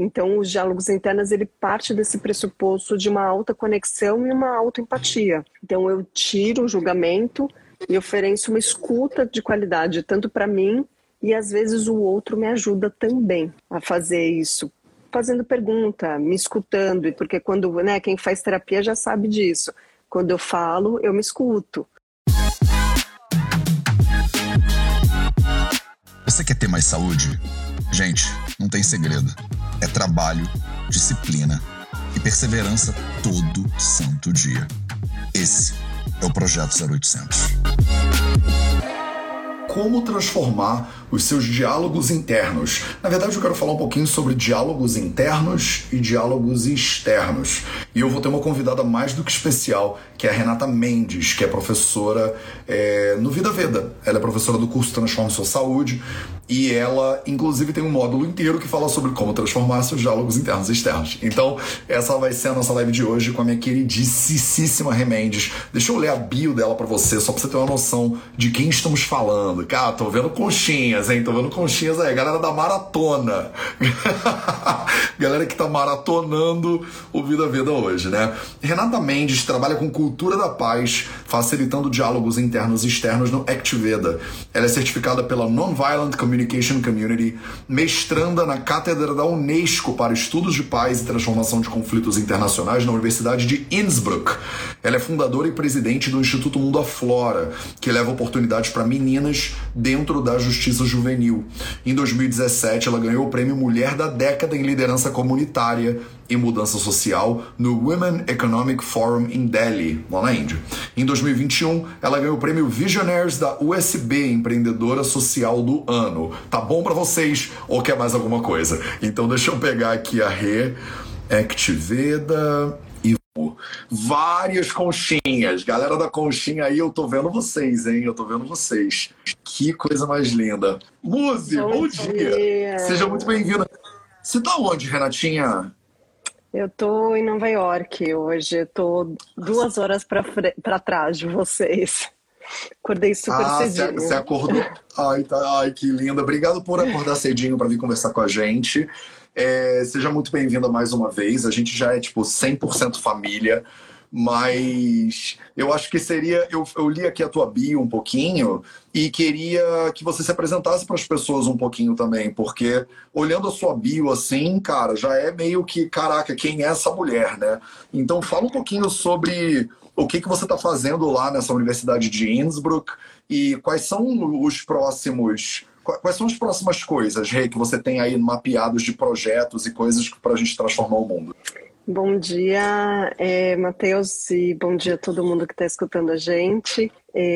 Então, os diálogos internos, ele parte desse pressuposto de uma alta conexão e uma autoempatia. Então, eu tiro o julgamento e ofereço uma escuta de qualidade, tanto para mim, e às vezes o outro me ajuda também a fazer isso, fazendo pergunta, me escutando, e porque quando, né, quem faz terapia já sabe disso. Quando eu falo, eu me escuto. Você quer ter mais saúde? Gente, não tem segredo. É trabalho, disciplina e perseverança todo santo dia. Esse é o Projeto 0800. Como transformar os seus diálogos internos? Na verdade, eu quero falar um pouquinho sobre diálogos internos e diálogos externos. E eu vou ter uma convidada mais do que especial, que é a Renata Mendes, que é professora no Vida Veda. Ela é professora do curso Transforme Sua Saúde e ela, inclusive, tem um módulo inteiro que fala sobre como transformar seus diálogos internos e externos. Então, essa vai ser a nossa live de hoje com a minha queridíssima Rê Mendes. Deixa eu ler a bio dela pra você, só pra você ter uma noção de quem estamos falando. Cara, tô vendo conchinhas, hein? Tô vendo conchinhas aí. Galera da maratona. Galera que tá maratonando o Vida Veda hoje, né? Renata Mendes trabalha com cultura da paz, facilitando diálogos internos e externos no Activeda. Ela é certificada pela Nonviolent Communication Community, mestranda na cátedra da Unesco para estudos de paz e transformação de conflitos internacionais na Universidade de Innsbruck. Ela é fundadora e presidente do Instituto Mundo Aflora, que leva oportunidades para meninas dentro da justiça juvenil. Em 2017, ela ganhou o prêmio Mulher da Década em Liderança Comunitária e Mudança Social no Women Economic Forum em Delhi, lá na Índia. Em 2021, ela ganhou o prêmio Visionaries da USB, Empreendedora Social do Ano. Tá bom pra vocês ou quer mais alguma coisa? Então deixa eu pegar aqui a Rê, Activeda e várias conchinhas. Galera da conchinha aí, eu tô vendo vocês, hein? Eu tô vendo vocês. Que coisa mais linda. Muzi, bom dia. Seja muito bem-vinda. Você tá onde, Renatinha? Eu tô em Nova York hoje. Eu tô 2 horas pra trás de vocês. Acordei super cedinho. Você acordou? Ai, que linda. Obrigado por acordar cedinho para vir conversar com a gente. Seja muito bem-vinda mais uma vez. A gente já é, 100% família. Mas eu acho que seria... Eu li aqui a tua bio um pouquinho e queria que você se apresentasse para as pessoas um pouquinho também, porque olhando a sua bio assim, cara, já é meio que, caraca, quem é essa mulher, né? Então fala um pouquinho sobre o que você está fazendo lá nessa Universidade de Innsbruck e quais são os próximos... Quais são as próximas coisas, Rê, que você tem aí mapeados de projetos e coisas para a gente transformar o mundo? Bom dia, Matheus, e bom dia a todo mundo que está escutando a gente.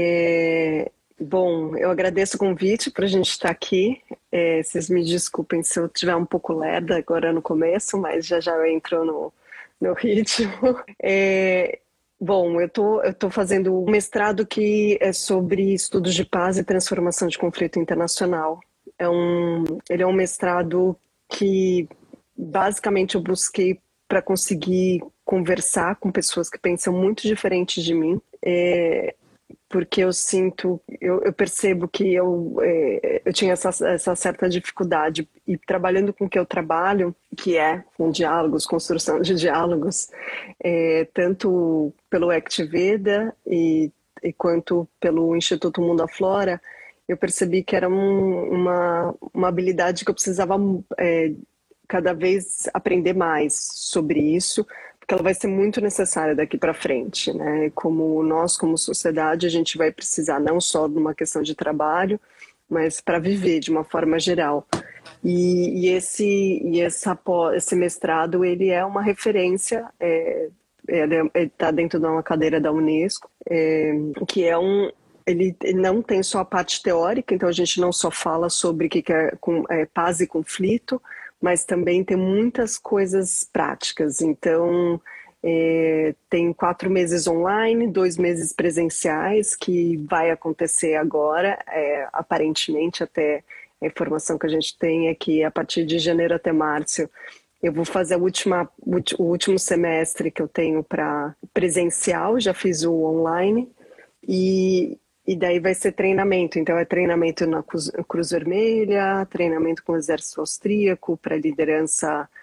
Bom, eu agradeço o convite para a gente estar aqui. Vocês me desculpem se eu estiver um pouco lerda agora no começo, mas já eu entro no ritmo. Bom, eu tô fazendo um mestrado que é sobre estudos de paz e transformação de conflito internacional. Ele é um mestrado que basicamente eu busquei para conseguir conversar com pessoas que pensam muito diferente de mim, porque eu percebo que eu tinha essa certa dificuldade, e trabalhando com o que eu trabalho, que é com diálogos, construção de diálogos, tanto pelo Activeda e quanto pelo Instituto Mundo Aflora, eu percebi que era uma habilidade que eu precisava cada vez aprender mais sobre isso, porque ela vai ser muito necessária daqui para frente, né? Como nós, como sociedade, a gente vai precisar não só de uma questão de trabalho, mas para viver de uma forma geral. E esse mestrado, ele é uma referência, ele está dentro de uma cadeira da Unesco, que é ele não tem só a parte teórica, então a gente não só fala sobre o que é paz e conflito, mas também tem muitas coisas práticas. Então, tem 4 meses online, 2 meses presenciais, que vai acontecer agora, aparentemente, até a informação que a gente tem é que a partir de janeiro até março, eu vou fazer o último semestre que eu tenho para presencial, já fiz o online, e daí vai ser treinamento. Então é treinamento na Cruz Vermelha, treinamento com o Exército Austríaco para liderança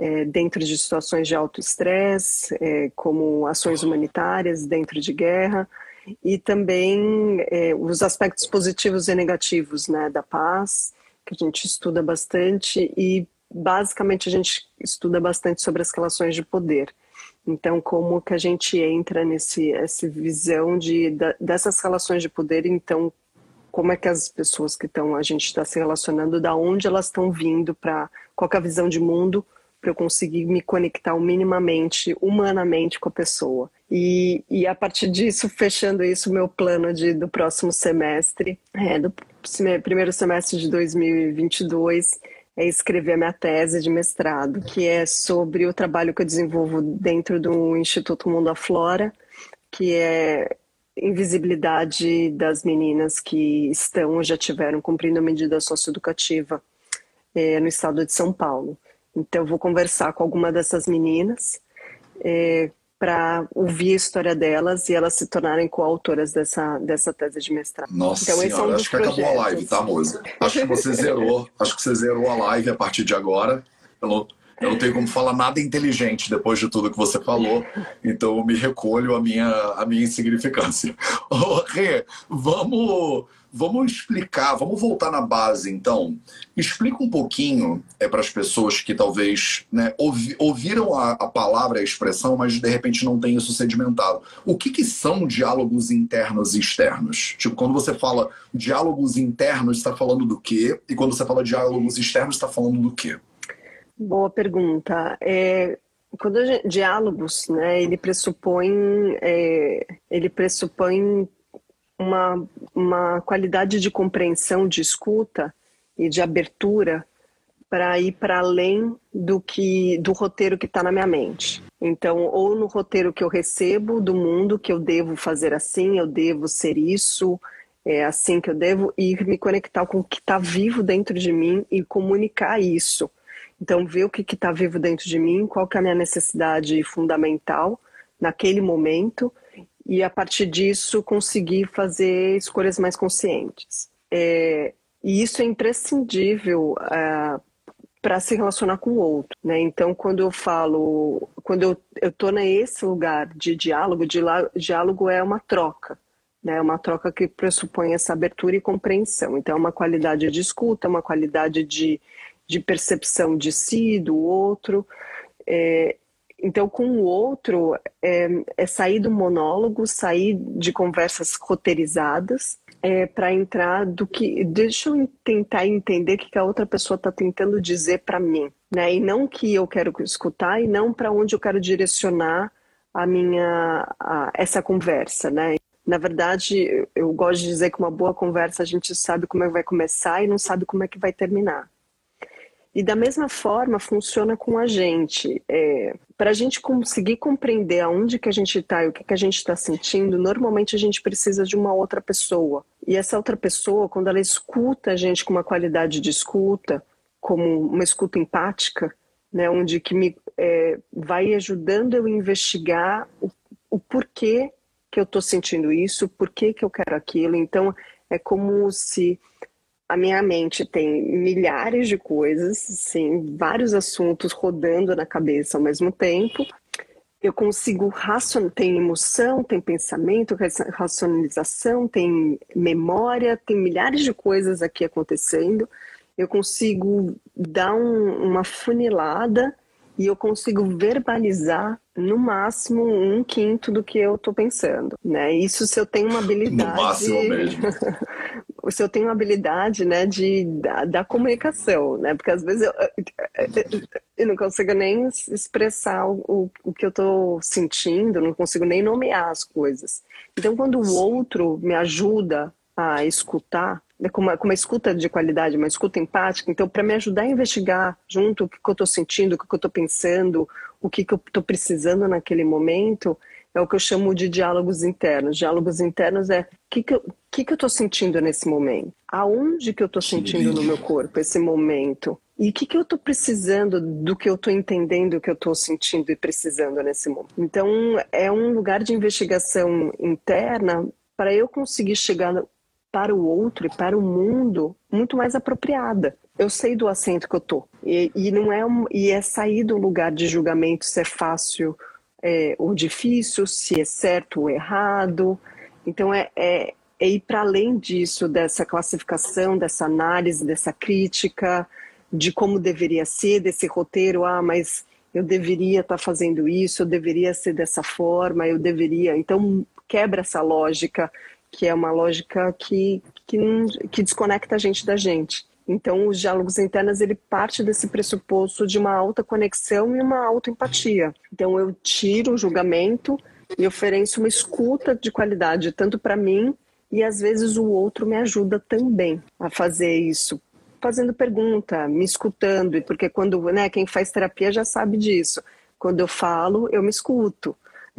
dentro de situações de alto estresse, como ações humanitárias dentro de guerra, e também os aspectos positivos e negativos, né, da paz, que a gente estuda bastante, e basicamente a gente estuda bastante sobre as relações de poder. Então, como que a gente entra essa visão dessas relações de poder, então, como é que as pessoas que a gente está se relacionando, da onde elas estão vindo, qual é a visão de mundo, para eu conseguir me conectar minimamente, humanamente com a pessoa. E a partir disso, fechando isso, meu plano do próximo semestre, do primeiro semestre de 2022, é escrever a minha tese de mestrado, que é sobre o trabalho que eu desenvolvo dentro do Instituto Mundo Aflora, que é invisibilidade das meninas que estão ou já tiveram cumprindo a medida socioeducativa no estado de São Paulo. Então, eu vou conversar com alguma dessas meninas para ouvir a história delas e elas se tornarem coautoras dessa tese de mestrado. Nossa então, senhora, esse é um dos acho que acabou a live, tá, moça? Acho que você zerou a live a partir de agora. Eu não tenho como falar nada inteligente depois de tudo que você falou, então eu me recolho a minha insignificância. Rê, vamos explicar, vamos voltar na base, então. Explica um pouquinho para as pessoas que talvez, né, ouviram a palavra, a expressão, mas de repente não tem isso sedimentado. O que são diálogos internos e externos? Tipo, quando você fala diálogos internos, está falando do quê? E quando você fala diálogos externos, está falando do quê? Boa pergunta. Diálogos, né, ele pressupõe uma qualidade de compreensão, de escuta e de abertura para ir para além do roteiro que está na minha mente. Então, ou no roteiro que eu recebo do mundo, que eu devo fazer assim, eu devo ser isso, é assim que eu devo, e me conectar com o que está vivo dentro de mim e comunicar isso. Então, ver o que está vivo dentro de mim, qual que é a minha necessidade fundamental naquele momento, e a partir disso conseguir fazer escolhas mais conscientes. E isso é imprescindível para se relacionar com o outro, né? Então, quando eu estou nesse lugar de diálogo, diálogo é uma troca, né? Uma troca que pressupõe essa abertura e compreensão. Então, é uma qualidade de escuta, uma qualidade de percepção de si, do outro. Então, com o outro, é sair do monólogo, sair de conversas roteirizadas, para entrar deixa eu tentar entender o que a outra pessoa está tentando dizer para mim, né? E não o que eu quero escutar e não para onde eu quero direcionar essa conversa, né? Na verdade, eu gosto de dizer que uma boa conversa a gente sabe como é que vai começar e não sabe como é que vai terminar. E da mesma forma funciona com a gente. Para a gente conseguir compreender aonde que a gente está e o que a gente está sentindo, normalmente a gente precisa de uma outra pessoa. E essa outra pessoa, quando ela escuta a gente com uma qualidade de escuta, como uma escuta empática, né, onde vai ajudando eu a investigar o porquê que eu estou sentindo isso, o porquê que eu quero aquilo. Então, é como se a minha mente tem milhares de coisas, sim, vários assuntos rodando na cabeça ao mesmo tempo. Eu consigo tem emoção, tem pensamento, racionalização, tem memória, tem milhares de coisas aqui acontecendo. Eu consigo dar uma funilada e eu consigo verbalizar no máximo 1/5 do que eu estou pensando, né? Isso se eu tenho uma habilidade... No máximo mesmo. Se eu tenho uma habilidade, né, da comunicação, né? Porque às vezes eu não consigo nem expressar o que eu estou sentindo, não consigo nem nomear as coisas. Então, quando o outro me ajuda a escutar, com uma escuta de qualidade, uma escuta empática, então, para me ajudar a investigar junto o que eu estou sentindo, o que eu estou pensando, o que eu estou precisando naquele momento, é o que eu chamo de diálogos internos. Diálogos internos o que eu estou sentindo nesse momento? Aonde que eu estou sentindo no meu corpo esse momento? E o que eu estou precisando do que eu estou entendendo, que eu estou sentindo e precisando nesse momento? Então, é um lugar de investigação interna para eu conseguir chegar para o outro e para o mundo muito mais apropriada. eu sei do assento que eu tô. E não é sair do lugar de julgamento se é fácil ou difícil, se é certo ou errado. Então é ir para além disso, dessa classificação, dessa análise, dessa crítica, de como deveria ser, desse roteiro, mas eu deveria estar fazendo isso, eu deveria ser dessa forma, eu deveria... Então quebra essa lógica, que é uma lógica que desconecta a gente da gente. Então, os diálogos internos, ele parte desse pressuposto de uma alta conexão e uma autoempatia. Então, eu tiro o julgamento e ofereço uma escuta de qualidade, tanto para mim, e às vezes o outro me ajuda também a fazer isso, fazendo pergunta, me escutando, porque quando, quem faz terapia já sabe disso. Quando eu falo, eu me escuto.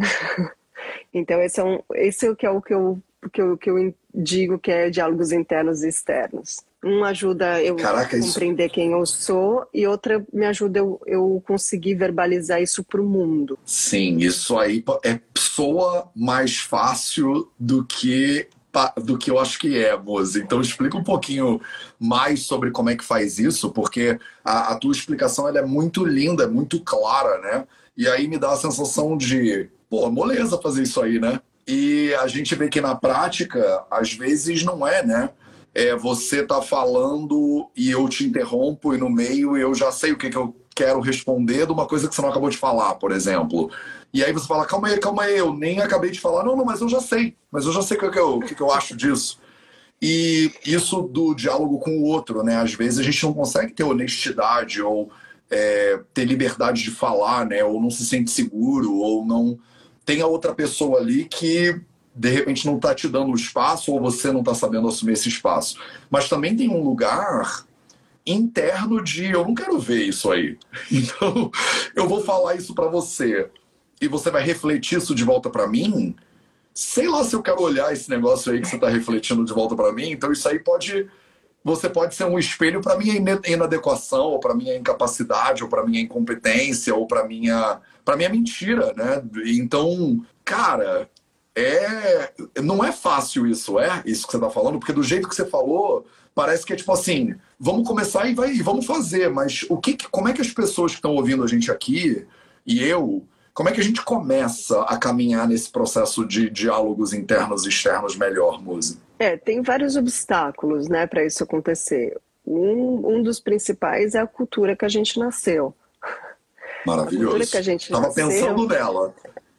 Então, esse é o que eu digo que é diálogos internos e externos. Um ajuda eu a compreender quem eu sou e outra me ajuda eu conseguir verbalizar isso para o mundo. Sim, isso aí soa mais fácil do que eu acho que é, Mozi. Então explica um pouquinho mais sobre como é que faz isso, porque a tua explicação ela é muito linda, é muito clara, né? E aí me dá a sensação de, moleza fazer isso aí, né? E a gente vê que na prática, às vezes não é, né? Você tá falando e eu te interrompo e no meio eu já sei o que eu quero responder de uma coisa que você não acabou de falar, por exemplo. E aí você fala, calma aí, eu nem acabei de falar. Não, mas eu já sei. Mas eu já sei o que eu acho disso. E isso do diálogo com o outro, né? Às vezes a gente não consegue ter honestidade ou ter liberdade de falar, né? Ou não se sente seguro, ou não tem a outra pessoa ali que de repente não está te dando o espaço ou você não está sabendo assumir esse espaço. Mas também tem um lugar interno de eu não quero ver isso aí. Então eu vou falar isso para você e você vai refletir isso de volta para mim. Sei lá se eu quero olhar esse negócio aí que você está refletindo de volta para mim. Então isso aí você pode ser um espelho para minha inadequação, ou para minha incapacidade, ou para minha incompetência, ou para minha mentira, né? Então, cara, não é fácil isso que você tá falando, porque do jeito que você falou, parece que é tipo assim, vamos começar e vamos fazer, mas como é que as pessoas que estão ouvindo a gente aqui, como é que a gente começa a caminhar nesse processo de diálogos internos e externos melhor, Mozi? Tem vários obstáculos, né, para isso acontecer. Um dos principais é a cultura que a gente nasceu. Maravilhoso. A cultura que a gente Tava pensando nela.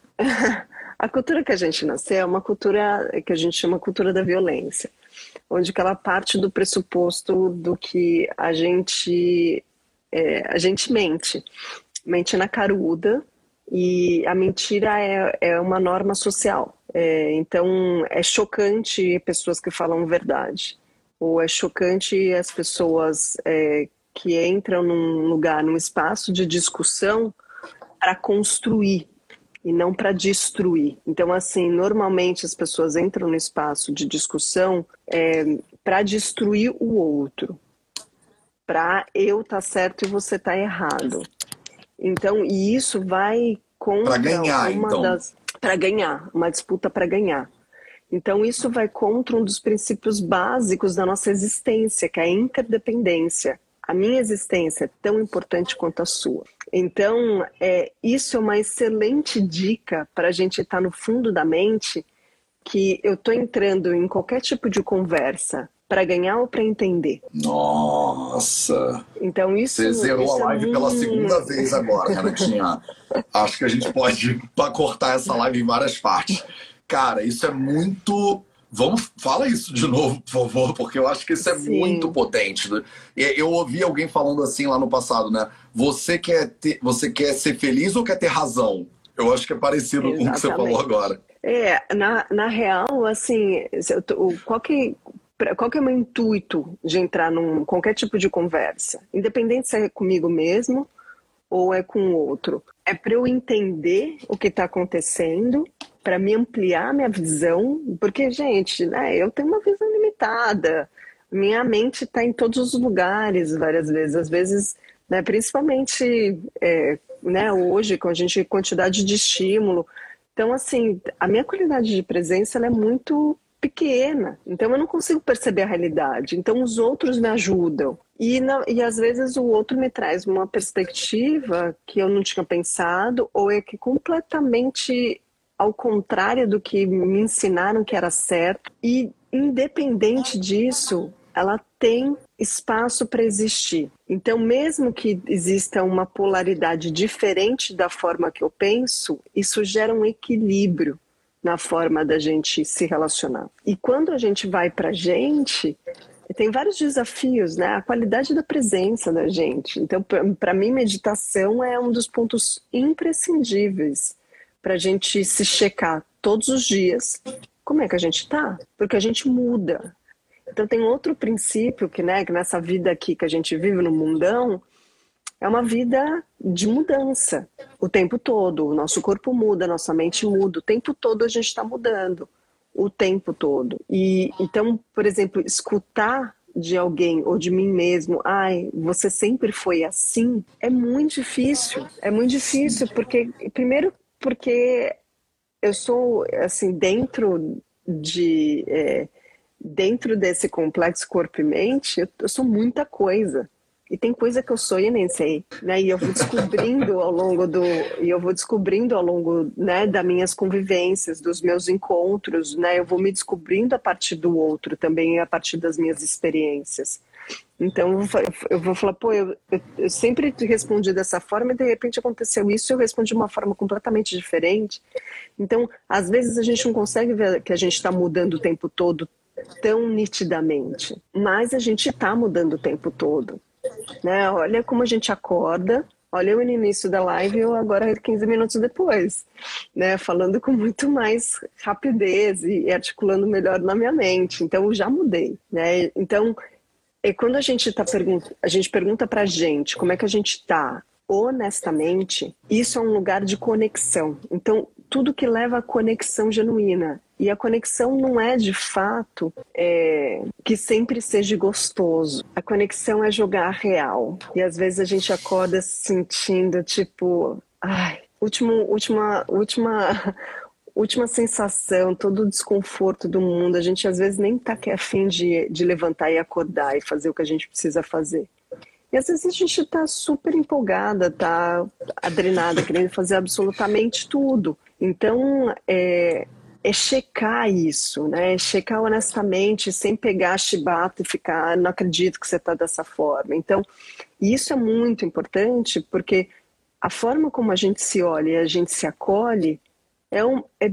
A cultura que a gente nasceu é uma cultura que a gente chama cultura da violência, onde que ela parte do pressuposto do que a gente mente na caruda, e a mentira é uma norma social. Então é chocante pessoas que falam verdade, ou é chocante as pessoas que entram num espaço de discussão para construir e não para destruir. Então, assim, normalmente as pessoas entram no espaço de discussão para destruir o outro, para eu estar certo e você estar errado. Então, e isso vai contra para ganhar, para ganhar, uma disputa para ganhar. Então, isso vai contra um dos princípios básicos da nossa existência, que é a interdependência. A minha existência é tão importante quanto a sua. Então, isso é uma excelente dica para a gente estar no fundo da mente, que eu estou entrando em qualquer tipo de conversa para ganhar ou para entender. Nossa! Então, você zerou a live pela segunda vez agora, Renatinha. Acho que a gente pode cortar essa live em várias partes. Cara, isso é muito... Fala isso de novo, por favor, porque eu acho que isso é muito potente. Eu ouvi alguém falando assim lá no passado, né? Você quer ser feliz ou quer ter razão? Eu acho que é parecido com o que você falou agora. Na real, assim, qual que é o meu intuito de entrar num qualquer tipo de conversa? Independente se é comigo mesmo ou é com o outro. É para eu entender o que está acontecendo, para me ampliar minha visão, porque, gente, né, eu tenho uma visão limitada. Minha mente está em todos os lugares, várias vezes. Às vezes, né, principalmente né, hoje, com a quantidade de estímulo. Então, assim, a minha qualidade de presença ela é muito pequena. Então, eu não consigo perceber a realidade. Então, os outros me ajudam. E às vezes o outro me traz uma perspectiva que eu não tinha pensado, ou é que completamente ao contrário do que me ensinaram que era certo. E independente disso, ela tem espaço para existir. Então, mesmo que exista uma polaridade diferente da forma que eu penso, isso gera um equilíbrio na forma da gente se relacionar. E quando a gente vai para a gente, tem vários desafios, né? A qualidade da presença da gente. Então, para mim, meditação é um dos pontos imprescindíveis para a gente se checar todos os dias. Como é que a gente está? Porque a gente muda. Então tem outro princípio que, né, que nessa vida aqui que a gente vive no mundão, é uma vida de mudança o tempo todo. O nosso corpo muda, nossa mente muda, o tempo todo a gente está mudando, o tempo todo. E então, por exemplo, escutar de alguém ou de mim mesmo, ai, você sempre foi assim, é muito difícil. É muito difícil porque, primeiro, porque eu sou, assim, dentro desse complexo corpo e mente, eu sou muita coisa. E tem coisa que eu sou e nem sei, né? E eu vou descobrindo ao longo, né, das minhas convivências, dos meus encontros, né? Eu vou me descobrindo a partir do outro também, a partir das minhas experiências. Então eu vou falar, pô, eu sempre te respondi dessa forma e de repente aconteceu isso, eu respondi de uma forma completamente diferente. Então, às vezes a gente não consegue ver que a gente está mudando o tempo todo tão nitidamente, mas a gente está mudando o tempo todo, né? Olha como a gente acorda, olha eu no início da live e eu agora 15 minutos depois, né? Falando com muito mais rapidez e articulando melhor na minha mente. Então eu já mudei, né? Então, quando a gente pergunta pra gente como é que a gente está honestamente, isso é um lugar de conexão. Então, tudo que leva à conexão genuína. E a conexão não é, de fato, que sempre seja gostoso. A conexão é jogar real. E às vezes a gente acorda se sentindo tipo, ai, última sensação, todo o desconforto do mundo. A gente às vezes nem tá a fim de levantar e acordar e fazer o que a gente precisa fazer. E às vezes a gente está super empolgada, está adrenada, querendo fazer absolutamente tudo. Então, é checar isso, né? É checar honestamente, sem pegar chibata e ficar, não acredito que você está dessa forma. Então, isso é muito importante, porque a forma como a gente se olha e a gente se acolhe é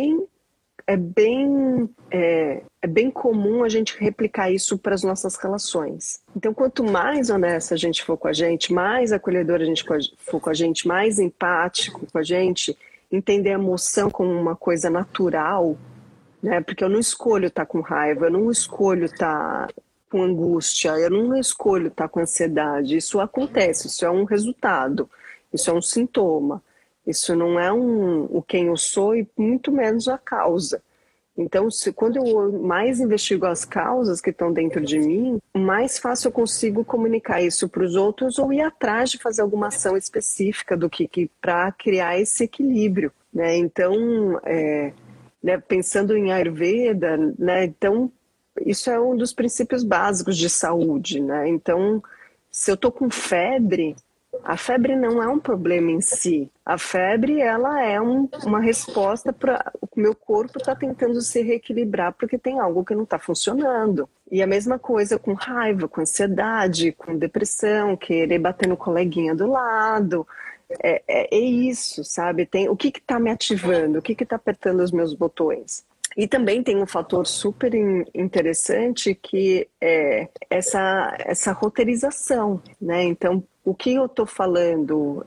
bem comum a gente replicar isso para as nossas relações. Então, quanto mais honesta a gente for com a gente, mais acolhedora a gente for com a gente, mais empático com a gente, entender a emoção como uma coisa natural, né? Porque eu não escolho estar com raiva, eu não escolho estar com angústia, eu não escolho estar com ansiedade. Isso acontece, isso é um resultado, isso é um sintoma. Isso não é o quem eu sou e muito menos a causa. Então, quando eu mais investigo as causas que estão dentro de mim, mais fácil eu consigo comunicar isso para os outros ou ir atrás de fazer alguma ação específica do que para criar esse equilíbrio, né? Então, né, pensando em Ayurveda, né, então isso é um dos princípios básicos de saúde, né? Então, se eu estou com febre, a febre não é um problema em si. A febre, ela é uma resposta para o meu corpo está tentando se reequilibrar porque tem algo que não está funcionando. E a mesma coisa com raiva, com ansiedade, com depressão, querer bater no coleguinha do lado. É isso, sabe? O que está me ativando? O que está apertando os meus botões? E também tem um fator super interessante que é essa roteirização, né? Então, o que eu estou falando?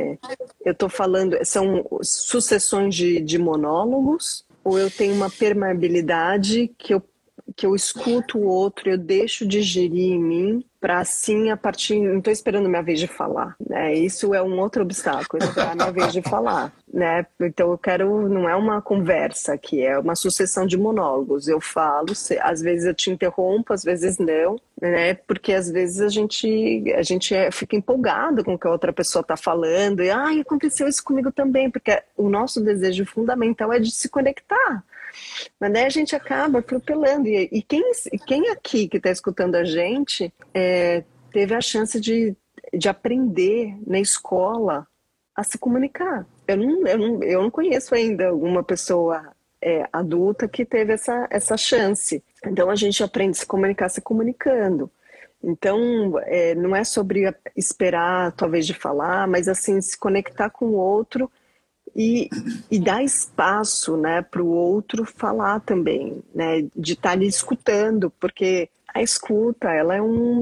São sucessões de monólogos, ou eu tenho uma permeabilidade que eu escuto o outro, eu deixo digerir em mim, para assim, não estou esperando a minha vez de falar, né? Isso é um outro obstáculo, esperar a minha vez de falar, né? Então não é uma conversa aqui, é uma sucessão de monólogos. Eu falo, às vezes eu te interrompo, às vezes não, né? Porque às vezes a gente fica empolgado com o que a outra pessoa está falando, e aconteceu isso comigo também, porque o nosso desejo fundamental é de se conectar. Mas daí a gente acaba atropelando. E quem aqui que está escutando a gente teve a chance de aprender na escola a se comunicar. Eu não conheço ainda alguma pessoa adulta que teve essa chance. Então a gente aprende a se comunicar se comunicando. Então não é sobre esperar talvez de falar, mas assim se conectar com o outro e dar espaço, né, para o outro falar também, né, de estar ali escutando, porque a escuta ela é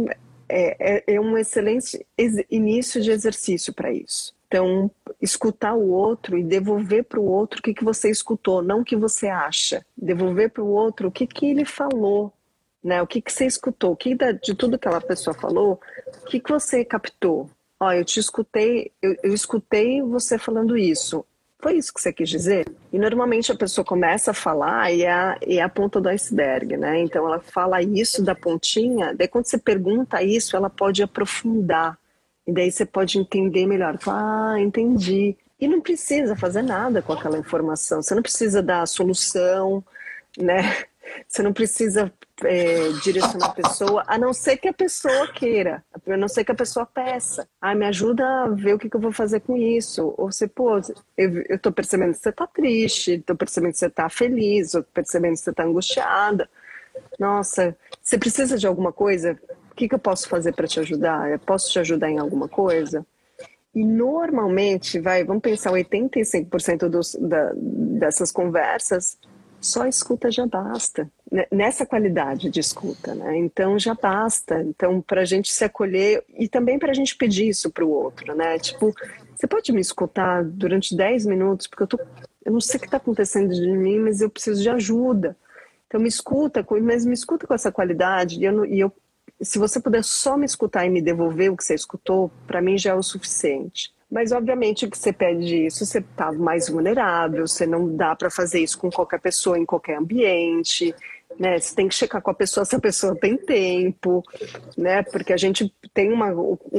um excelente início de exercício para isso. Então, escutar o outro e devolver para o outro o que você escutou, não o que você acha. Devolver para o outro o que ele falou, né? O que você escutou, de tudo que aquela pessoa falou, o que você captou. Ó, eu te escutei, eu escutei você falando isso. Foi isso que você quis dizer? E normalmente a pessoa começa a falar e é a ponta do iceberg, né? Então ela fala isso da pontinha, daí quando você pergunta isso, ela pode aprofundar. E daí você pode entender melhor. Fala, entendi. E não precisa fazer nada com aquela informação. Você não precisa dar a solução, né? Você não precisa direcionar a pessoa, a não ser que a pessoa queira, a não ser que a pessoa peça. Me ajuda a ver o que eu vou fazer com isso. Ou você, eu tô percebendo que você tá triste, tô percebendo que você tá feliz, tô percebendo que você tá angustiada. Nossa, você precisa de alguma coisa? O que eu posso fazer para te ajudar? Eu posso te ajudar em alguma coisa? E normalmente, vamos pensar, 85% dessas conversas, só escuta já basta. Nessa qualidade de escuta, né? Então já basta. Então, para a gente se acolher e também para a gente pedir isso para o outro, né? Tipo, você pode me escutar durante 10 minutos, porque eu não sei o que está acontecendo de mim, mas eu preciso de ajuda. Então me escuta, mas me escuta com essa qualidade. Se você puder só me escutar e me devolver o que você escutou, para mim já é o suficiente. Mas, obviamente, que você pede isso, você está mais vulnerável, você não dá para fazer isso com qualquer pessoa, em qualquer ambiente, né? Você tem que checar com a pessoa se a pessoa tem tempo, né? Porque a gente tem uma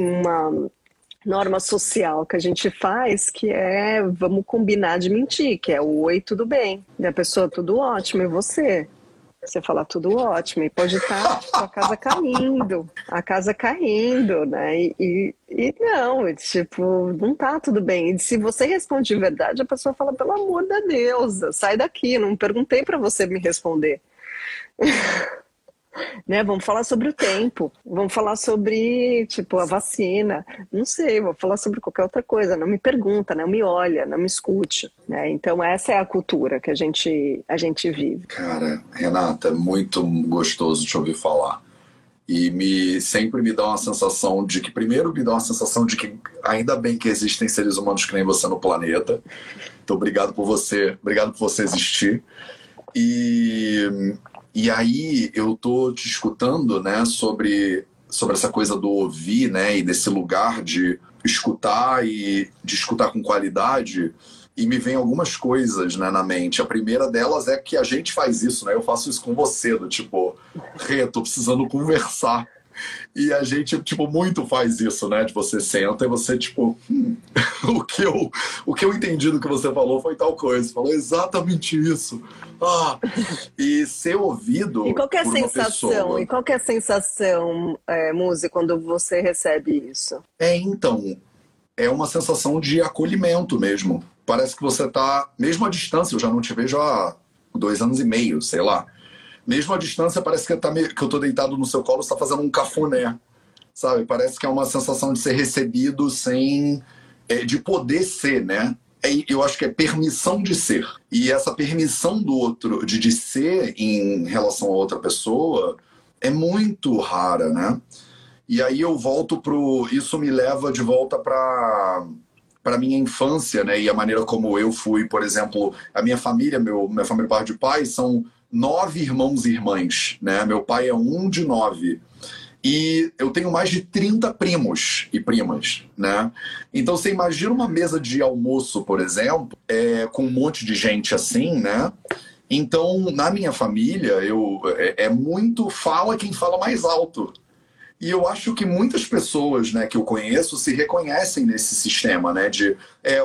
norma social que a gente faz, que vamos combinar de mentir, que é o oi, tudo bem. E a pessoa, tudo ótimo, e você? Você fala tudo ótimo, e pode estar a casa caindo, né? E não, tipo, não tá tudo bem. E se você responde de verdade, a pessoa fala, pelo amor da deusa, sai daqui, não perguntei para você me responder. Né? Vamos falar sobre o tempo, vamos falar sobre, tipo, a vacina, não sei, vou falar sobre qualquer outra coisa, não me pergunta, não me olha, não me escute, né? Então essa é a cultura que a gente vive. Cara, Renata, muito gostoso te ouvir falar. E sempre me dá uma sensação de que, primeiro me dá uma sensação de que ainda bem que existem seres humanos que nem você no planeta. Então obrigado por você existir. E aí eu tô te escutando, né, sobre essa coisa do ouvir, né, e desse lugar de escutar e de escutar com qualidade, e me vem algumas coisas, né, na mente. A primeira delas é que a gente faz isso, né, eu faço isso com você, do tipo, tô precisando conversar. E a gente, tipo, muito faz isso, né? De você senta e você, tipo, o que eu entendi do que você falou foi tal coisa. Você falou exatamente isso. E ser ouvido e qual que é a por uma sensação? pessoa... E qual que é a sensação, Muzi, quando você recebe isso? Então, é uma sensação de acolhimento mesmo. Parece que você tá, mesmo à distância, eu já não te vejo há 2 anos e meio, sei lá. Mesmo à distância, parece que eu tô deitado no seu colo, você tá fazendo um cafuné, sabe? Parece que é uma sensação de ser recebido sem... de poder ser, né? Eu acho que é permissão de ser. E essa permissão do outro, de ser em relação a outra pessoa, é muito rara, né? E aí eu volto isso me leva de volta para minha infância, né? E a maneira como eu fui, por exemplo, a minha família, minha família parte de pai, são 9 irmãos e irmãs, né? Meu pai é um de 9. E eu tenho mais de 30 primos e primas, né? Então você imagina uma mesa de almoço, por exemplo, com um monte de gente assim, né? Então, na minha família, é muito fala quem fala mais alto. E eu acho que muitas pessoas, né, que eu conheço se reconhecem nesse sistema, né, de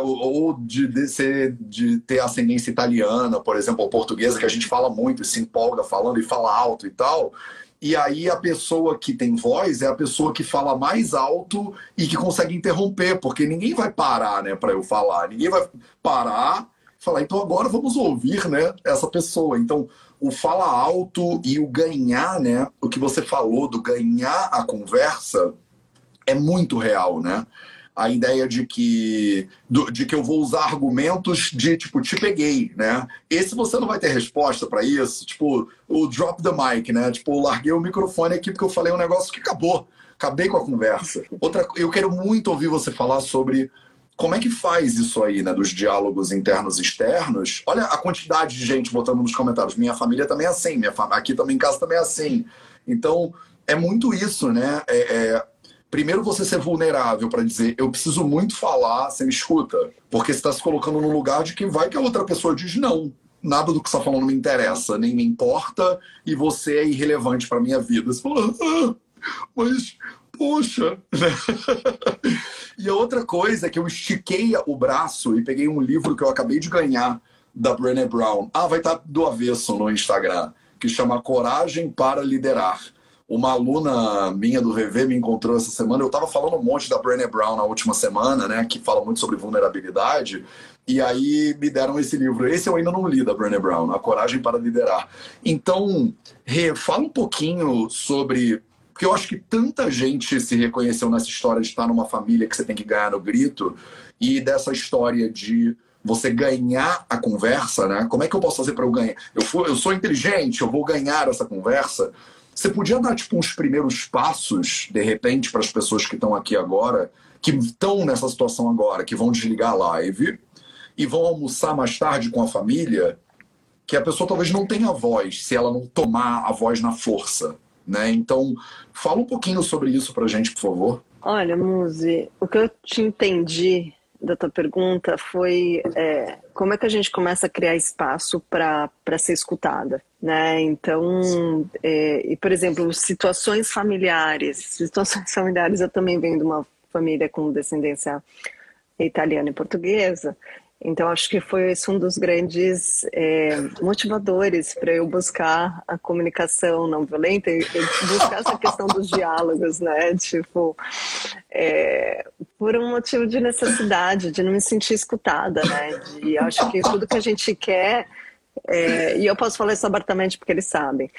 ter ascendência italiana, por exemplo, ou portuguesa, que a gente fala muito e se empolga falando e fala alto e tal. E aí a pessoa que tem voz é a pessoa que fala mais alto e que consegue interromper, porque ninguém vai parar, né, para eu falar. Ninguém vai parar e falar, então agora vamos ouvir, né, essa pessoa. Então, o fala alto e o ganhar, né, o que você falou do ganhar a conversa é muito real, né? A ideia de que eu vou usar argumentos de, tipo, te peguei, né? Esse você não vai ter resposta para isso. Tipo, o drop the mic, né? Tipo, eu larguei o microfone aqui porque eu falei um negócio que acabou. Acabei com a conversa. Eu quero muito ouvir você falar sobre como é que faz isso aí, né? Dos diálogos internos e externos. Olha a quantidade de gente botando nos comentários. Minha família também é assim. Aqui também em casa também é assim. Então, é muito isso, né? Primeiro você ser vulnerável para dizer, eu preciso muito falar, você me escuta. Porque você está se colocando no lugar de que vai que a outra pessoa diz não. Nada do que você está falando me interessa, nem me importa, e você é irrelevante para minha vida. Você fala, mas, poxa. E a outra coisa é que eu estiquei o braço e peguei um livro que eu acabei de ganhar, da Brené Brown. Vai estar do avesso no Instagram, que chama Coragem para Liderar. Uma aluna minha do VV me encontrou essa semana. Eu estava falando um monte da Brené Brown na última semana, né? Que fala muito sobre vulnerabilidade. E aí me deram esse livro. Esse eu ainda não li, da Brené Brown, A Coragem para Liderar. Então, fala um pouquinho sobre... Porque eu acho que tanta gente se reconheceu nessa história de estar numa família que você tem que ganhar no grito. E dessa história de você ganhar a conversa, né? Como é que eu posso fazer para eu ganhar? Eu sou inteligente, eu vou ganhar essa conversa. Você podia dar tipo uns primeiros passos, de repente, para as pessoas que estão aqui agora, que estão nessa situação agora, que vão desligar a live e vão almoçar mais tarde com a família, que a pessoa talvez não tenha voz, se ela não tomar a voz na força, né? Então, fala um pouquinho sobre isso para a gente, por favor. Olha, Muzi, o que eu te entendi da tua pergunta foi como é que a gente começa a criar espaço para ser escutada, né? Então, e por exemplo, situações familiares eu também venho de uma família com descendência italiana e portuguesa, então acho que foi esse um dos grandes motivadores para eu buscar a comunicação não violenta e buscar essa questão dos diálogos, né? Tipo, por um motivo de necessidade, de não me sentir escutada, né? E acho que tudo que a gente quer, e eu posso falar isso abertamente porque eles sabem,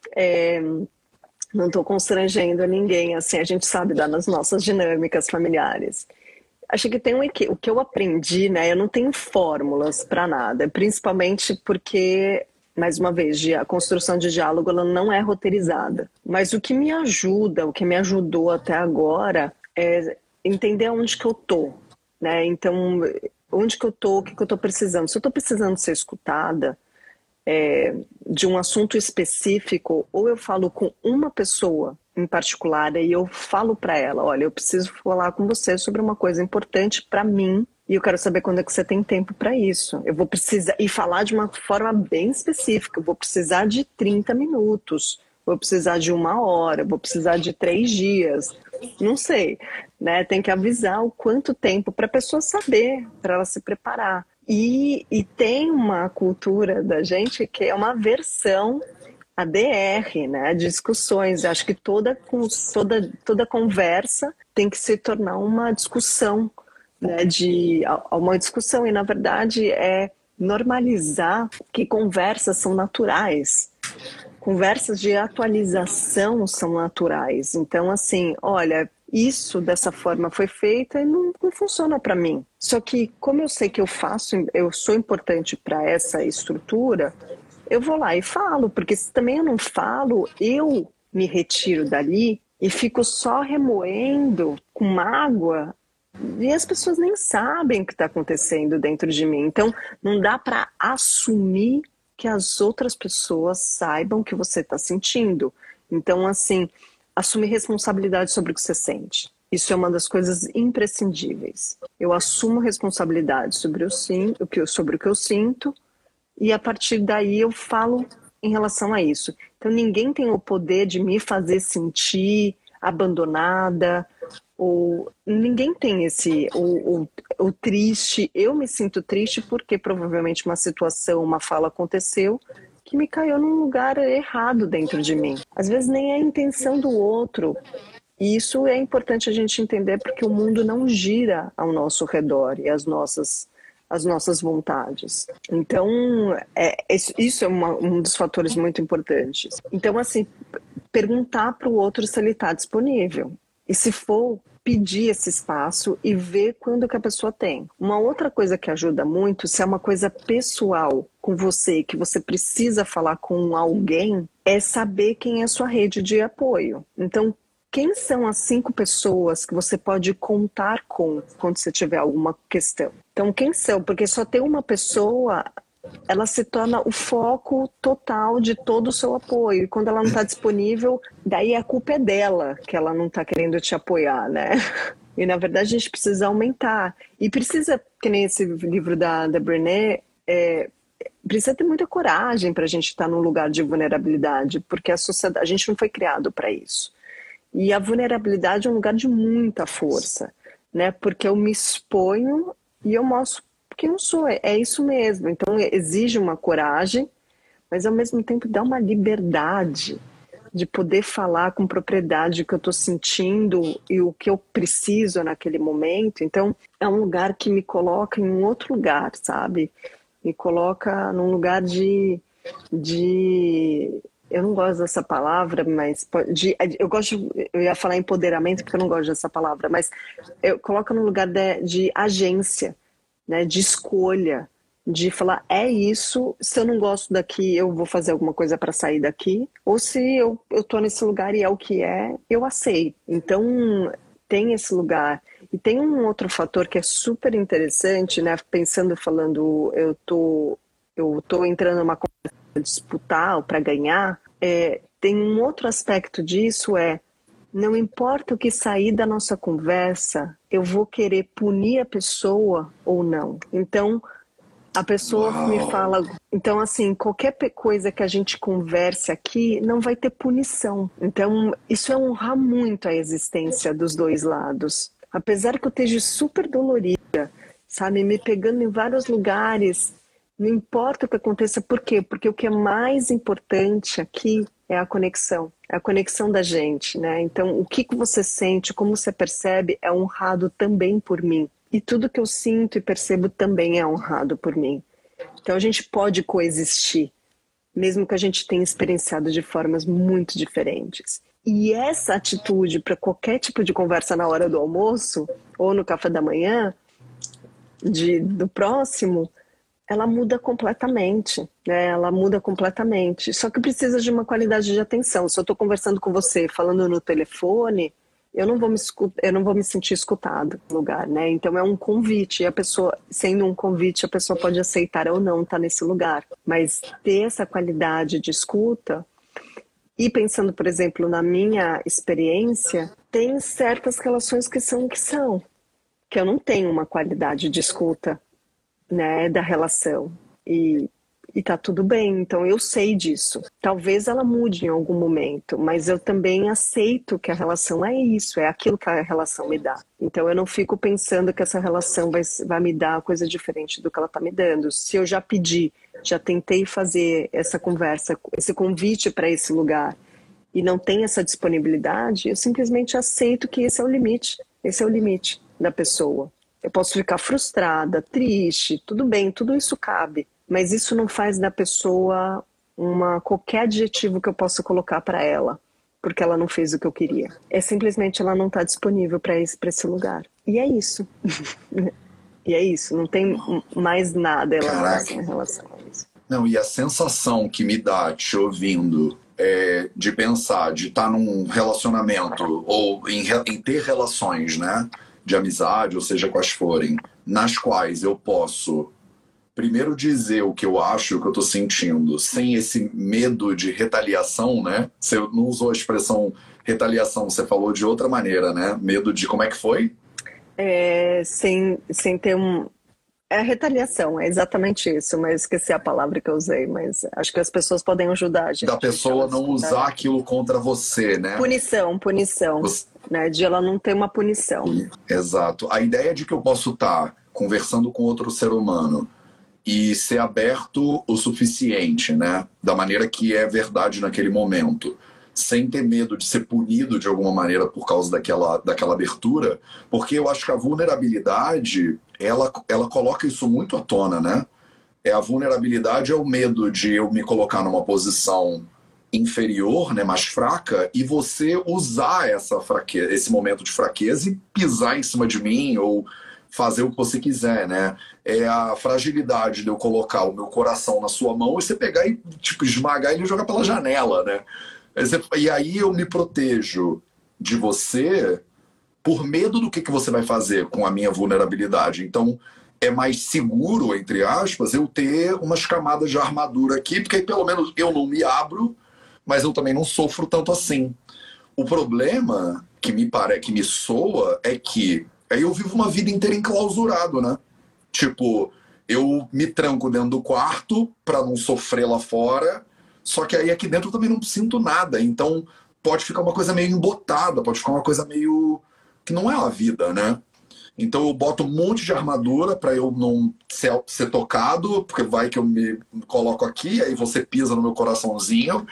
não estou constrangendo ninguém, assim, a gente sabe das nossas dinâmicas familiares. Acho que tem o que eu aprendi, né? Eu não tenho fórmulas para nada, principalmente porque, mais uma vez, a construção de diálogo ela não é roteirizada. Mas o que me ajuda, o que me ajudou até agora é entender onde que eu tô, né? Então, onde que eu tô, o que que eu tô precisando. Se eu tô precisando ser escutada de um assunto específico, ou eu falo com uma pessoa em particular e eu falo para ela, olha, eu preciso falar com você sobre uma coisa importante para mim e eu quero saber quando é que você tem tempo para isso. Eu vou precisar, e falar de uma forma bem específica, eu vou precisar de 30 minutos, vou precisar de 1 hora, vou precisar de 3 dias, não sei, né? Tem que avisar o quanto tempo para a pessoa saber, para ela se preparar. E tem uma cultura da gente que é uma versão ADR, né? Discussões. Acho que toda conversa tem que se tornar uma discussão, né? Uma discussão, e na verdade é normalizar que conversas são naturais. Conversas de atualização são naturais. Então, assim, olha, isso dessa forma foi feita e não funciona para mim. Só que, como eu sei que eu sou importante para essa estrutura, eu vou lá e falo, porque se também eu não falo, eu me retiro dali e fico só remoendo com mágoa e as pessoas nem sabem o que está acontecendo dentro de mim. Então, não dá para assumir que as outras pessoas saibam o que você está sentindo. Então, assim, assumir responsabilidade sobre o que você sente. Isso é uma das coisas imprescindíveis. Eu assumo responsabilidade sobre o que eu sinto e a partir daí eu falo em relação a isso. Então, ninguém tem o poder de me fazer sentir abandonada, ou ninguém tem o triste. Eu me sinto triste porque provavelmente uma situação, uma fala aconteceu que me caiu num lugar errado dentro de mim. Às vezes nem é a intenção do outro. E isso é importante a gente entender, porque o mundo não gira ao nosso redor e as nossas vontades. Então, isso é um dos fatores muito importantes. Então, assim, perguntar para o outro se ele está disponível. E se for, pedir esse espaço e ver quando que a pessoa tem. Uma outra coisa que ajuda muito, se é uma coisa pessoal com você, que você precisa falar com alguém, é saber quem é a sua rede de apoio. Então, quem são as 5 pessoas que você pode contar com quando você tiver alguma questão? Então, quem são? Porque só ter uma pessoa, ela se torna o foco total de todo o seu apoio. E quando ela não está disponível, daí a culpa é dela, que ela não está querendo te apoiar, né? E, na verdade, a gente precisa aumentar. E precisa, que nem esse livro da Brené, precisa ter muita coragem para a gente estar num lugar de vulnerabilidade, porque a gente não foi criado para isso. E a vulnerabilidade é um lugar de muita força, né? Porque eu me exponho e eu mostro que eu sou, é isso mesmo. Então exige uma coragem, mas ao mesmo tempo dá uma liberdade de poder falar com propriedade o que eu estou sentindo e o que eu preciso naquele momento. Então é um lugar que me coloca em um outro lugar, sabe? Me coloca num lugar de eu não gosto dessa palavra, mas eu ia falar empoderamento porque eu não gosto dessa palavra, mas eu coloco no lugar de agência, né, de escolha, de falar, é isso, se eu não gosto daqui, eu vou fazer alguma coisa para sair daqui, ou se eu tô nesse lugar e é o que é, eu aceito. Então, tem esse lugar. E tem um outro fator que é super interessante, né, falando, eu tô entrando numa conversa para disputar ou para ganhar, tem um outro aspecto disso, não importa o que sair da nossa conversa, eu vou querer punir a pessoa ou não. Então, a pessoa me fala... Então, assim, qualquer coisa que a gente converse aqui não vai ter punição. Então, isso é honrar muito a existência dos dois lados. Apesar que eu esteja super dolorida, sabe, me pegando em vários lugares, não importa o que aconteça. Por quê? Porque o que é mais importante aqui é a conexão da gente, né? Então, o que você sente, como você percebe, é honrado também por mim. E tudo que eu sinto e percebo também é honrado por mim. Então, a gente pode coexistir, mesmo que a gente tenha experienciado de formas muito diferentes. E essa atitude para qualquer tipo de conversa na hora do almoço ou no café da manhã do próximo, ela muda completamente, né? Ela muda completamente. Só que precisa de uma qualidade de atenção. Se eu estou conversando com você, falando no telefone, eu não vou me sentir escutado no lugar, né? Então é um convite. E a pessoa, sendo um convite, a pessoa pode aceitar ou não estar nesse lugar. Mas ter essa qualidade de escuta. E pensando, por exemplo, na minha experiência, tem certas relações que eu não tenho uma qualidade de escuta, né, da relação, e tá tudo bem. Então eu sei disso. Talvez ela mude em algum momento, mas eu também aceito que a relação é isso, é aquilo que a relação me dá. Então eu não fico pensando que essa relação vai me dar coisa diferente do que ela está me dando. Se eu já pedi, já tentei fazer essa conversa, esse convite para esse lugar, e não tem essa disponibilidade, eu simplesmente aceito que esse é o limite da pessoa. Eu posso ficar frustrada, triste, tudo bem, tudo isso cabe. Mas isso não faz da pessoa qualquer adjetivo que eu possa colocar para ela, porque ela não fez o que eu queria. É simplesmente ela não está disponível para esse lugar. E é isso. E é isso, não tem mais nada em relação a isso. Não, e a sensação que me dá te ouvindo de pensar, de estar num relacionamento ou em ter relações, né? De amizade, ou seja, quais forem, nas quais eu posso primeiro dizer o que eu acho, o que eu estou sentindo, sem esse medo de retaliação, né? Você não usou a expressão retaliação, você falou de outra maneira, né? Medo de como é que foi? Sem ter retaliação, é exatamente isso, mas esqueci a palavra que eu usei, mas acho que as pessoas podem ajudar a gente. Da pessoa não usar aquilo contra você, né? Punição, né? De ela não ter uma punição. Exato. A ideia de que eu posso estar conversando com outro ser humano e ser aberto o suficiente, né? Da maneira que é verdade naquele momento, sem ter medo de ser punido de alguma maneira por causa daquela abertura, porque eu acho que a vulnerabilidade, ela coloca isso muito à tona, né? A vulnerabilidade é o medo de eu me colocar numa posição inferior, né, mais fraca, e você usar essa fraqueza, esse momento de fraqueza e pisar em cima de mim ou fazer o que você quiser, né? É a fragilidade de eu colocar o meu coração na sua mão e você pegar e tipo esmagar ele e jogar pela janela, né? E aí eu me protejo de você por medo do que você vai fazer com a minha vulnerabilidade. Então é mais seguro, entre aspas, eu ter umas camadas de armadura aqui, porque aí pelo menos eu não me abro, mas eu também não sofro tanto assim. O problema que me soa é que aí eu vivo uma vida inteira enclausurado, né? Tipo, eu me tranco dentro do quarto pra não sofrer lá fora, só que aí aqui dentro eu também não sinto nada. Então pode ficar uma coisa meio embotada, pode ficar uma coisa meio que não é a vida, né? Então eu boto um monte de armadura para eu não ser tocado, porque vai que eu me coloco aqui, aí você pisa no meu coraçãozinho,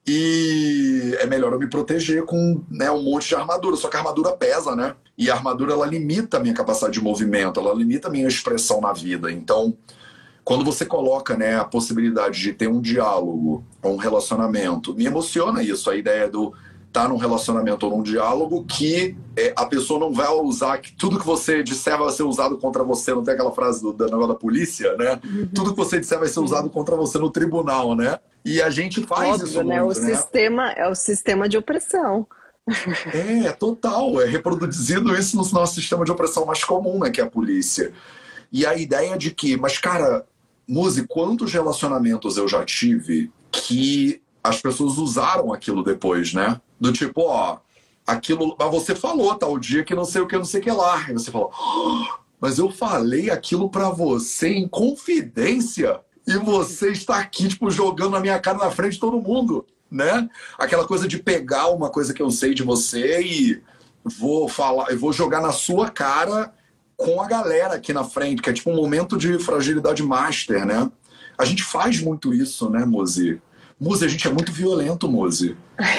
e é melhor eu me proteger com, né, um monte de armadura. Só que a armadura pesa, né? E a armadura, ela limita a minha capacidade de movimento, ela limita a minha expressão na vida. Então, quando você coloca, né, a possibilidade de ter um diálogo, um relacionamento, me emociona isso, a ideia do estar num relacionamento ou num diálogo que a pessoa não vai usar, que tudo que você disser vai ser usado contra você. Não tem aquela frase do negócio da polícia, né? Uhum. Tudo que você disser vai ser usado contra você no tribunal, né? E a gente faz óbvio, isso né? muito, É o sistema de opressão. Total. É reproduzido isso no nosso sistema de opressão mais comum, né? Que é a polícia. E a ideia de que, mas cara, Muzi, quantos relacionamentos eu já tive que as pessoas usaram aquilo depois, né? Do tipo, ó, aquilo, mas você falou tal dia que não sei o que, não sei o que lá. E você falou, mas eu falei aquilo pra você em confidência e você está aqui, tipo, jogando na minha cara na frente de todo mundo, né? Aquela coisa de pegar uma coisa que eu sei de você e vou jogar na sua cara com a galera aqui na frente, que é tipo um momento de fragilidade master, né? A gente faz muito isso, né, Muzi? Muzi, a gente é muito violento, Muzi.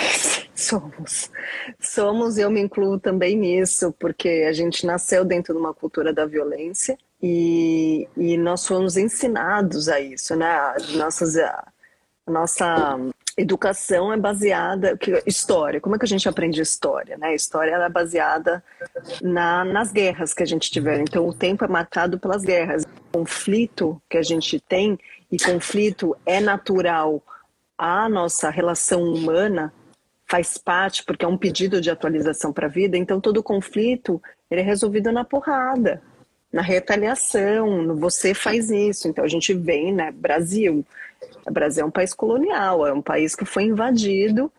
Somos, eu me incluo também nisso, porque a gente nasceu dentro de uma cultura da violência e nós fomos ensinados a isso, né? A nossa educação é baseada... História, como é que a gente aprende história, né? A história é baseada nas guerras que a gente tiver. Então, o tempo é marcado pelas guerras. O conflito que a gente tem, e conflito é natural à nossa relação humana, faz parte, porque é um pedido de atualização para a vida. Então, todo conflito ele é resolvido na porrada, na retaliação, no você faz isso. Então, a gente vem, né, Brasil. O Brasil é um país colonial, é um país que foi invadido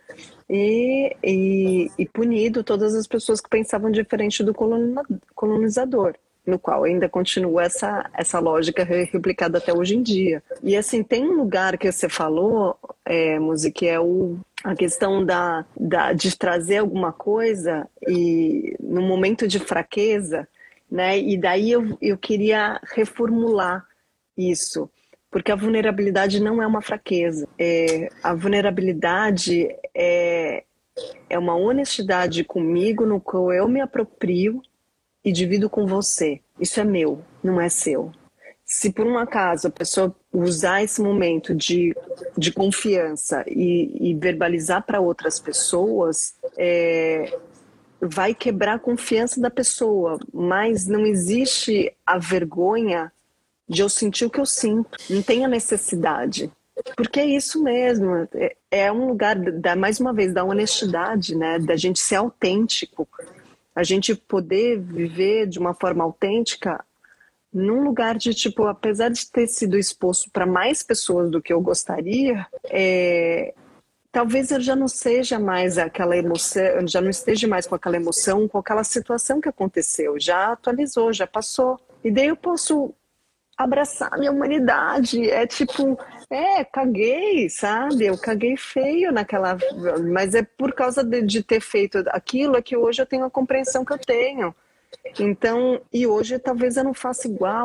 e punido todas as pessoas que pensavam diferente do colonizador, no qual ainda continua essa lógica replicada até hoje em dia. E assim, tem um lugar que você falou, Muzi, que é a questão de trazer alguma coisa e no momento de fraqueza, né? E daí eu queria reformular isso, porque a vulnerabilidade não é uma fraqueza. A vulnerabilidade é uma honestidade comigo, no qual eu me aproprio e divido com você. Isso é meu, não é seu. Se por um acaso a pessoa usar esse momento de confiança e verbalizar para outras pessoas, vai quebrar a confiança da pessoa, mas não existe a vergonha de eu sentir o que eu sinto. Não tem a necessidade. Porque é isso mesmo. É um lugar, mais uma vez, da honestidade, né? Da gente ser autêntico. A gente poder viver de uma forma autêntica num lugar de, tipo, apesar de ter sido exposto para mais pessoas do que eu gostaria, talvez eu já não seja mais aquela emoção, eu já não esteja mais com aquela emoção, com aquela situação que aconteceu, já atualizou, já passou. E daí eu posso abraçar a minha humanidade, caguei, sabe? Eu caguei feio naquela... Mas é por causa de ter feito aquilo é que hoje eu tenho a compreensão que eu tenho. Então, e hoje talvez eu não faça igual.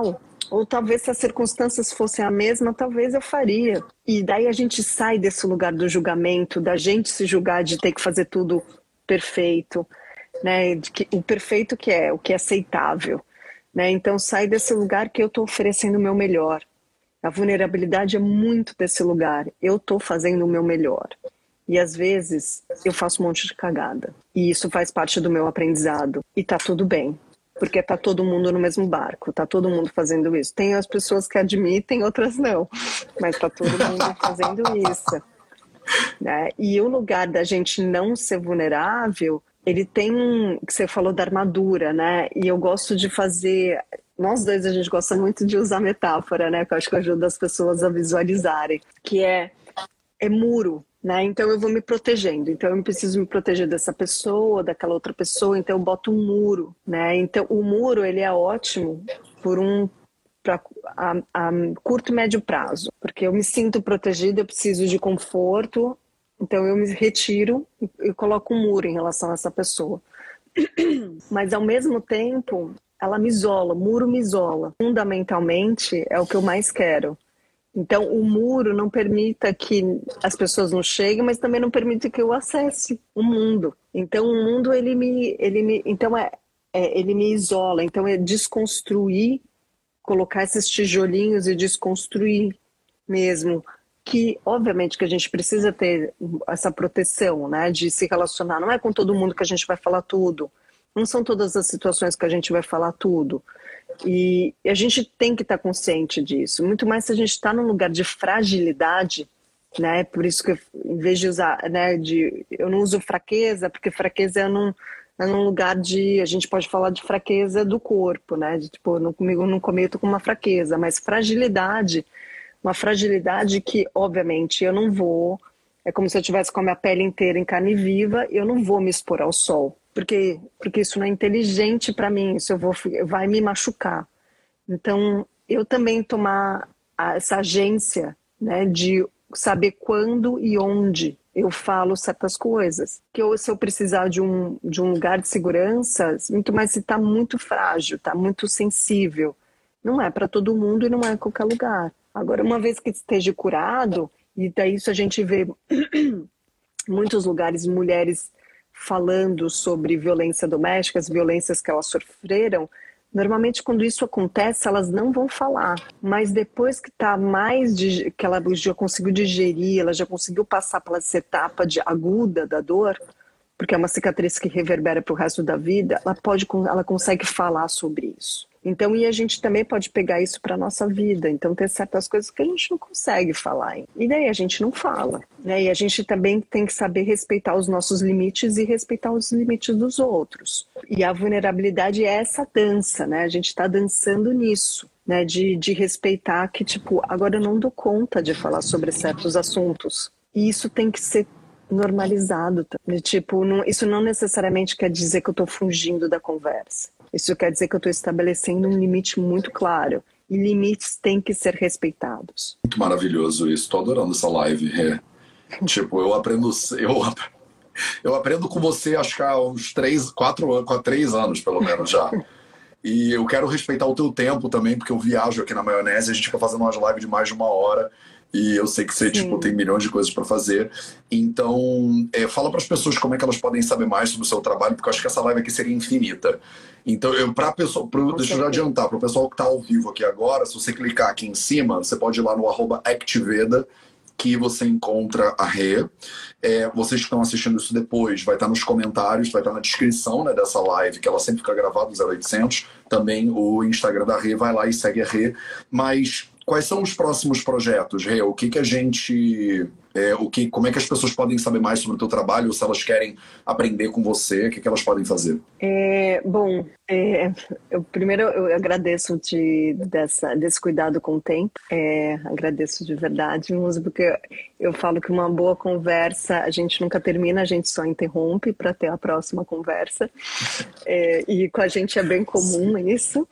Ou talvez se as circunstâncias fossem a mesma, talvez eu faria. E daí a gente sai desse lugar do julgamento, da gente se julgar de ter que fazer tudo perfeito, né? O perfeito que é, o que é aceitável, né? Então sai desse lugar que eu estou oferecendo o meu melhor. A vulnerabilidade é muito desse lugar. Eu estou fazendo o meu melhor. E às vezes eu faço um monte de cagada. E isso faz parte do meu aprendizado. E tá tudo bem. Porque tá todo mundo no mesmo barco. Tá todo mundo fazendo isso. Tem as pessoas que admitem, outras não. Mas tá todo mundo fazendo isso. Né? E o lugar da gente não ser vulnerável, ele tem que você falou da armadura, né? E eu gosto de fazer... Nós dois, a gente gosta muito de usar metáfora, né? Que eu acho que ajuda as pessoas a visualizarem. Que é muro. Né? Então eu vou me protegendo, então eu preciso me proteger dessa pessoa, daquela outra pessoa, então eu boto um muro, né? Então o muro ele é ótimo para a curto e médio prazo, porque eu me sinto protegida, eu preciso de conforto, então eu me retiro e coloco um muro em relação a essa pessoa. Mas ao mesmo tempo ela me isola, o muro me isola. Fundamentalmente é o que eu mais quero. Então, o muro não permita que as pessoas não cheguem, mas também não permite que eu acesse o mundo. Então, o mundo, ele me isola. Então, é desconstruir, colocar esses tijolinhos e desconstruir mesmo. Que, obviamente, que a gente precisa ter essa proteção, né, de se relacionar. Não é com todo mundo que a gente vai falar tudo. Não são todas as situações que a gente vai falar tudo. E a gente tem que estar consciente disso, muito mais se a gente está num lugar de fragilidade, né? Por isso que eu, em vez de usar, né, eu não uso fraqueza, porque fraqueza é num lugar de, a gente pode falar de fraqueza do corpo, né? De, tipo, comigo não cometo com uma fraqueza, mas fragilidade, uma fragilidade que, obviamente, eu não vou, é como se eu tivesse com a minha pele inteira em carne viva, eu não vou me expor ao sol. Porque isso não é inteligente para mim, isso vai me machucar. Então, eu também tomar essa agência, né, de saber quando e onde eu falo certas coisas. Que se eu precisar de um lugar de segurança, muito mais se está muito frágil, está muito sensível. Não é para todo mundo e não é em qualquer lugar. Agora, uma vez que esteja curado, e daí isso a gente vê muitos lugares, mulheres falando sobre violência doméstica, as violências que elas sofreram, normalmente quando isso acontece elas não vão falar, mas depois que tá que ela já conseguiu digerir, ela já conseguiu passar pela essa etapa aguda da dor, porque é uma cicatriz que reverbera para o resto da vida, ela consegue falar sobre isso. Então, e a gente também pode pegar isso para a nossa vida. Então, tem certas coisas que a gente não consegue falar. E daí a gente não fala. Né? E a gente também tem que saber respeitar os nossos limites e respeitar os limites dos outros. E a vulnerabilidade é essa dança, né? A gente está dançando nisso. Né? De respeitar que, tipo, agora eu não dou conta de falar sobre certos assuntos. E isso tem que ser normalizado. Tipo, isso não necessariamente quer dizer que eu estou fugindo da conversa. Isso quer dizer que eu estou estabelecendo um limite muito claro. E limites têm que ser respeitados. Muito maravilhoso isso. Estou adorando essa live. Tipo, eu aprendo com você, acho que há uns 3 anos, pelo menos, já. E eu quero respeitar o teu tempo também, porque eu viajo aqui na maionese, a gente fica fazendo umas lives de mais de 1 hora. E eu sei que você tipo, tem milhões de coisas para fazer. Então, fala para as pessoas como é que elas podem saber mais sobre o seu trabalho, porque eu acho que essa live aqui seria infinita. Então, deixa eu já adiantar, para o pessoal que está ao vivo aqui agora, se você clicar aqui em cima, você pode ir lá no @activeda, que você encontra a Rê. Vocês que estão assistindo isso depois, vai estar nos comentários, vai estar na descrição, né, dessa live, que ela sempre fica gravada, 0800. Também o Instagram da Rê, vai lá e segue a Rê. Mas quais são os próximos projetos, Rê? O que a gente... como é que as pessoas podem saber mais sobre o teu trabalho, ou se elas querem aprender com você, o que elas podem fazer? Primeiro eu agradeço desse cuidado com o tempo, agradeço de verdade, porque eu falo que uma boa conversa, a gente nunca termina, a gente só interrompe para ter a próxima conversa, e com a gente é bem comum isso.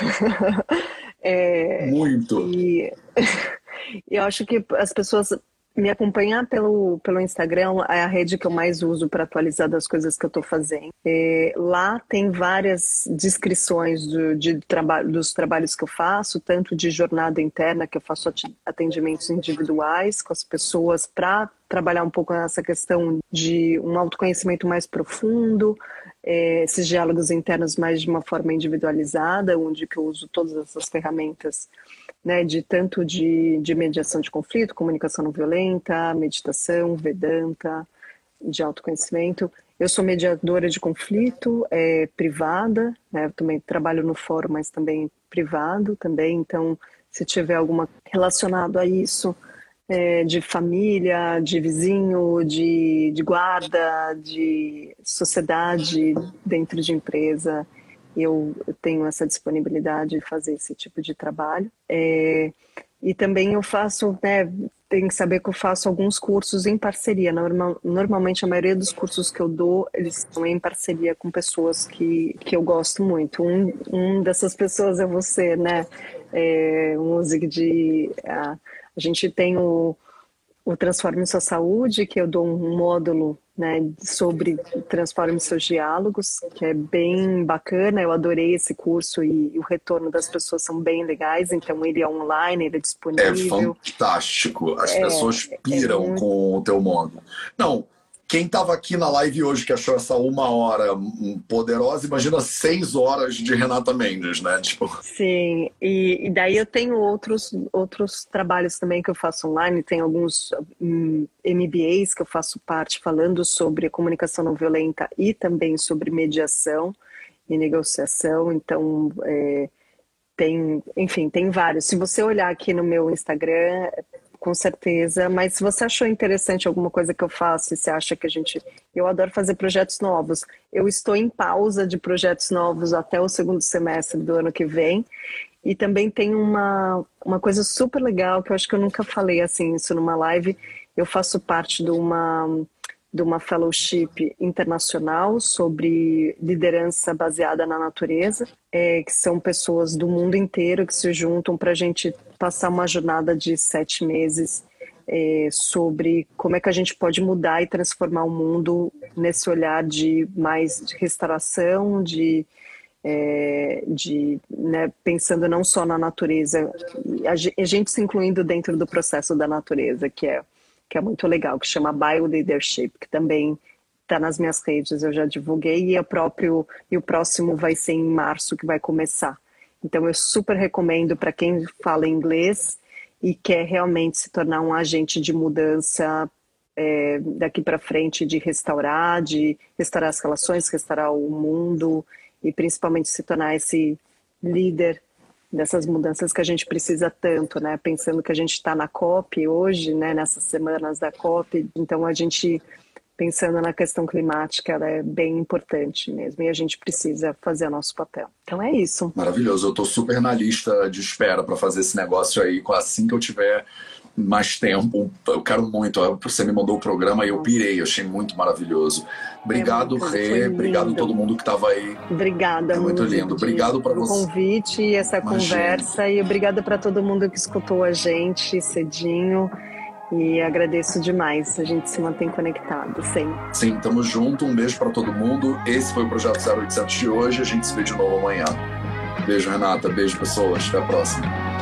Muito! E eu acho que as pessoas me acompanhar pelo Instagram é a rede que eu mais uso para atualizar das coisas que eu estou fazendo. Lá tem várias descrições dos trabalhos que eu faço, tanto de jornada interna, que eu faço atendimentos individuais com as pessoas para trabalhar um pouco nessa questão de um autoconhecimento mais profundo, esses diálogos internos mais de uma forma individualizada, onde que eu uso todas essas ferramentas, né, tanto de mediação de conflito, comunicação não violenta, meditação, Vedanta, de autoconhecimento. Eu sou mediadora de conflito privada, né, eu também trabalho no fórum, mas também privado também, então se tiver alguma relacionado a isso, de família, de vizinho, de guarda, de sociedade dentro de empresa, eu tenho essa disponibilidade de fazer esse tipo de trabalho. E também eu faço, né, tem que saber que eu faço alguns cursos em parceria. Normalmente a maioria dos cursos que eu dou, eles são em parceria com pessoas que eu gosto muito. Um dessas pessoas é você, né? A gente tem o Transforme Sua Saúde, que eu dou um módulo, né, sobre Transforme Seus Diálogos, que é bem bacana. Eu adorei esse curso e o retorno das pessoas são bem legais. Então ele é online, ele é disponível. É fantástico. As pessoas piram com o teu módulo. Não, quem estava aqui na live hoje, que achou essa 1 hora poderosa, imagina 6 horas de Renata Mendes, né? Tipo... Sim, e daí eu tenho outros trabalhos também que eu faço online, tem alguns MBAs que eu faço parte falando sobre comunicação não violenta e também sobre mediação e negociação. Então, tem vários. Se você olhar aqui no meu Instagram, com certeza, mas se você achou interessante alguma coisa que eu faço e você acha que eu adoro fazer projetos novos. Eu estou em pausa de projetos novos até o 2º semestre do ano que vem. E também tem uma coisa super legal que eu acho que eu nunca falei assim isso numa live. Eu faço parte de uma fellowship internacional sobre liderança baseada na natureza, que são pessoas do mundo inteiro que se juntam para a gente passar uma jornada de 7 meses sobre como é que a gente pode mudar e transformar o mundo nesse olhar de mais de restauração, né, pensando não só na natureza, a gente se incluindo dentro do processo da natureza, que é muito legal, que chama Bioleadership, que também está nas minhas redes, eu já divulguei, e o próximo vai ser em março, que vai começar. Então eu super recomendo para quem fala inglês e quer realmente se tornar um agente de mudança daqui para frente, de restaurar as relações, restaurar o mundo e principalmente se tornar esse líder dessas mudanças que a gente precisa tanto, né? Pensando que a gente está na COP hoje, né? Nessas semanas da COP, então a gente, pensando na questão climática, ela é bem importante mesmo e a gente precisa fazer o nosso papel. Então é isso. Maravilhoso, eu estou super na lista de espera para fazer esse negócio aí, assim que eu tiver mais tempo. Eu quero muito, você me mandou o programa e eu pirei, eu achei muito maravilhoso. Obrigado, Rê, obrigado a todo mundo que estava aí. Obrigada, muito lindo. Obrigado para você. O convite e essa conversa, e obrigada para todo mundo que escutou a gente cedinho. E agradeço demais, a gente se mantém conectado sempre. Sim, tamo junto, um beijo para todo mundo. Esse foi o Projeto 0800 de hoje, a gente se vê de novo amanhã. Beijo, Renata, beijo, pessoas, até a próxima.